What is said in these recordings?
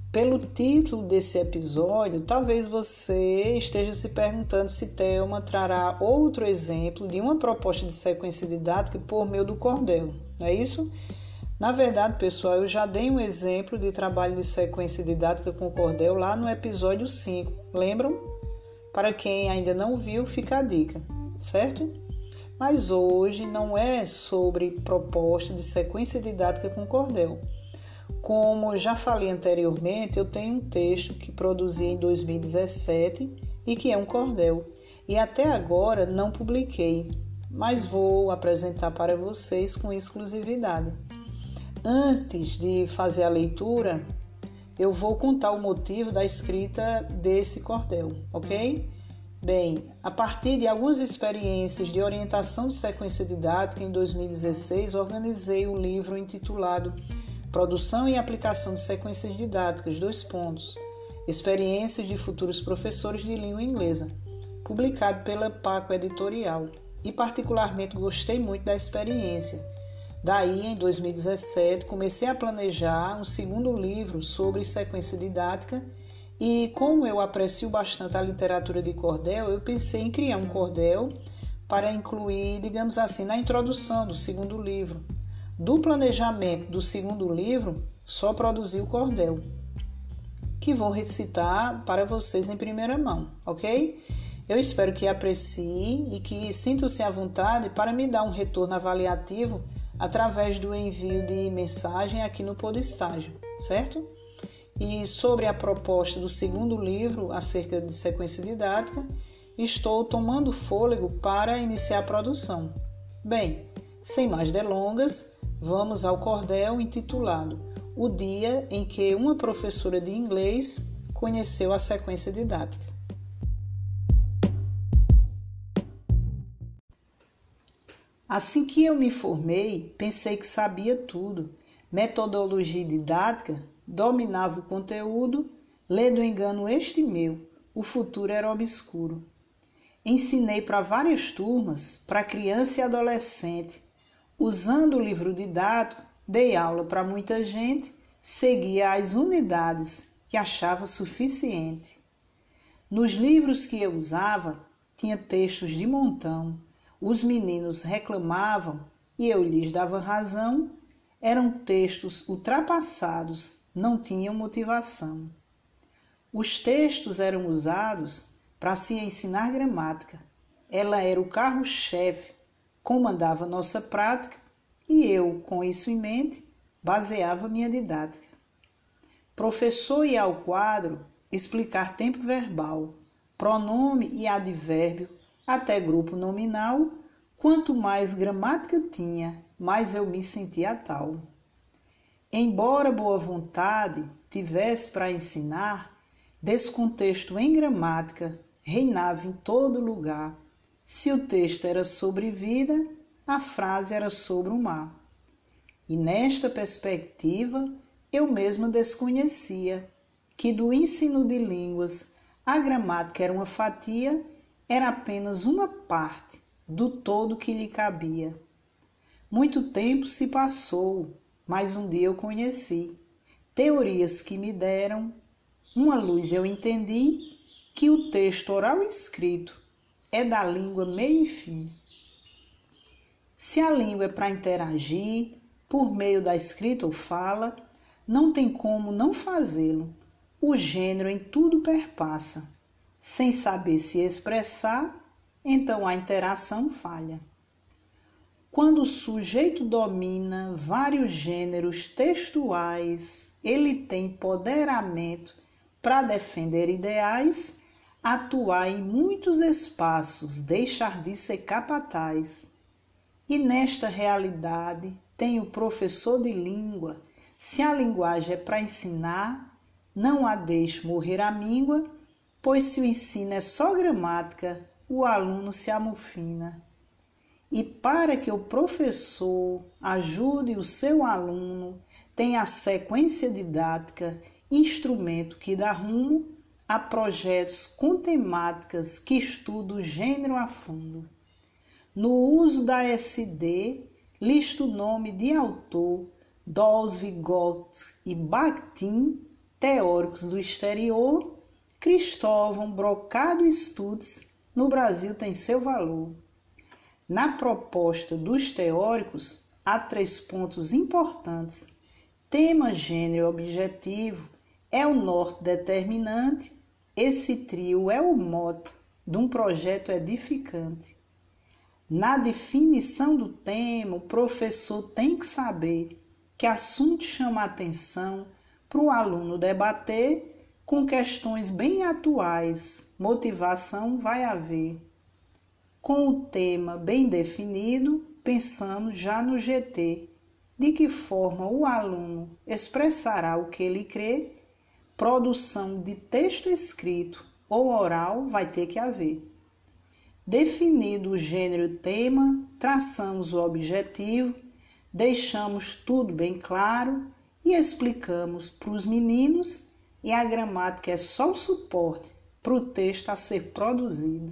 Pelo título desse episódio, talvez você esteja se perguntando se Thelma trará outro exemplo de uma proposta de sequência didática por meio do cordel, não é isso? Na verdade, pessoal, eu já dei um exemplo de trabalho de sequência didática com cordel lá no episódio 5, lembram? Para quem ainda não viu, fica a dica, certo? Mas hoje não é sobre proposta de sequência didática com cordel. Como já falei anteriormente, eu tenho um texto que produzi em 2017 e que é um cordel. E até agora não publiquei, mas vou apresentar para vocês com exclusividade. Antes de fazer a leitura, eu vou contar o motivo da escrita desse cordel, ok? Bem, a partir de algumas experiências de orientação de sequência didática, em 2016, organizei um livro intitulado Produção e Aplicação de Sequências Didáticas, Experiências de Futuros Professores de Língua Inglesa, publicado pela Paco Editorial, e particularmente gostei muito da experiência. Daí, em 2017, comecei a planejar um segundo livro sobre sequência didática e, como eu aprecio bastante a literatura de cordel, eu pensei em criar um cordel para incluir, digamos assim, na introdução do segundo livro. Do planejamento do segundo livro, só produzi o cordel, que vou recitar para vocês em primeira mão, ok? Eu espero que apreciem e que sintam-se à vontade para me dar um retorno avaliativo através do envio de mensagem aqui no Podestágio, certo? E sobre a proposta do segundo livro acerca de sequência didática, estou tomando fôlego para iniciar a produção. Bem, sem mais delongas, vamos ao cordel intitulado O Dia em que uma professora de inglês conheceu a sequência didática. Assim que eu me formei, pensei que sabia tudo. Metodologia didática, dominava o conteúdo, lê do engano este meu, o futuro era obscuro. Ensinei para várias turmas, para criança e adolescente. Usando o livro didático, dei aula para muita gente, seguia as unidades que achava suficiente. Nos livros que eu usava, tinha textos de montão. Os meninos reclamavam e eu lhes dava razão. Eram textos ultrapassados, não tinham motivação. Os textos eram usados para se ensinar gramática. Ela era o carro-chefe, comandava nossa prática e eu, com isso em mente, baseava minha didática. Professor ia ao quadro explicar tempo verbal, pronome e advérbio, até grupo nominal. Quanto mais gramática tinha, mais eu me sentia tal. Embora boa vontade tivesse para ensinar, descontexto em gramática reinava em todo lugar. Se o texto era sobre vida, a frase era sobre o mar. E nesta perspectiva, eu mesma desconhecia que do ensino de línguas a gramática era uma fatia, era apenas uma parte do todo que lhe cabia. Muito tempo se passou, mas um dia eu conheci teorias que me deram uma luz. Eu entendi que o texto oral escrito é da língua meio e fim. Se a língua é para interagir por meio da escrita ou fala, não tem como não fazê-lo. O gênero em tudo perpassa. Sem saber se expressar, então a interação falha. Quando o sujeito domina vários gêneros textuais, ele tem empoderamento para defender ideais, atuar em muitos espaços, deixar de ser capataz. E nesta realidade tem o professor de língua. Se a linguagem é para ensinar, não a deixe morrer a míngua, pois se o ensino é só gramática, o aluno se amofina. E para que o professor ajude o seu aluno, tem a sequência didática, instrumento que dá rumo a projetos com temáticas que estudam o gênero a fundo. No uso da SD, lista o nome de autor, Dawes, Vygotsky e Bakhtin, teóricos do exterior, Cristóvão Brocado Stutz, no Brasil tem seu valor. Na proposta dos teóricos, há 3 pontos importantes. Tema, gênero e objetivo é o norte determinante. Esse trio é o mote de um projeto edificante. Na definição do tema, o professor tem que saber que assunto chama a atenção para o aluno debater com questões bem atuais. Motivação vai haver. Com o tema bem definido, pensamos já no GT. De que forma o aluno expressará o que ele crê? Produção de texto escrito ou oral vai ter que haver. Definido o gênero e o tema, traçamos o objetivo, deixamos tudo bem claro e explicamos para os meninos, e a gramática é só o suporte para o texto a ser produzido.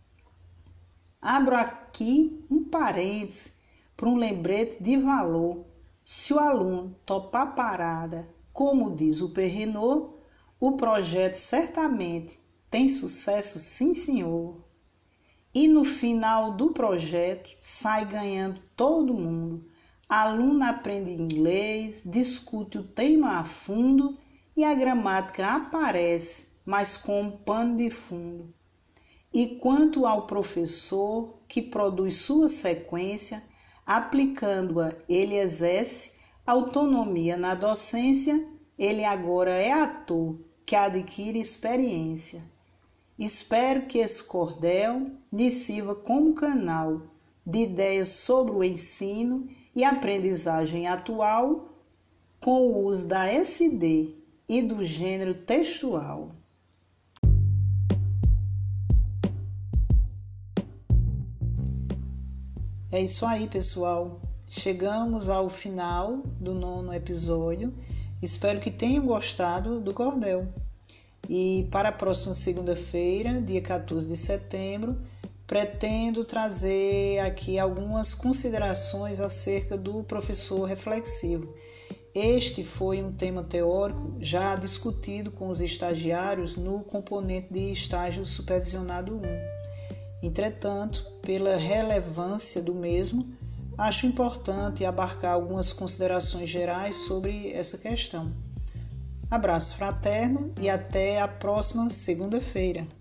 Abro aqui um parêntese para um lembrete de valor. Se o aluno topar a parada, como diz o Perrinot, o projeto certamente tem sucesso, sim senhor. E no final do projeto sai ganhando todo mundo. Aluno aprende inglês, discute o tema a fundo e a gramática aparece, mas com um pano de fundo. E quanto ao professor que produz sua sequência, aplicando-a, ele exerce autonomia na docência, ele agora é ator que adquire experiência. Espero que esse cordel lhe sirva como canal de ideias sobre o ensino e aprendizagem atual com o uso da SD e do gênero textual. É isso aí, pessoal. Chegamos ao final do 9º episódio. Espero que tenham gostado do cordel. E para a próxima segunda-feira, dia 14 de setembro, pretendo trazer aqui algumas considerações acerca do professor reflexivo. Este foi um tema teórico já discutido com os estagiários no componente de estágio supervisionado 1. Entretanto, pela relevância do mesmo, acho importante abarcar algumas considerações gerais sobre essa questão. Abraço fraterno e até a próxima segunda-feira.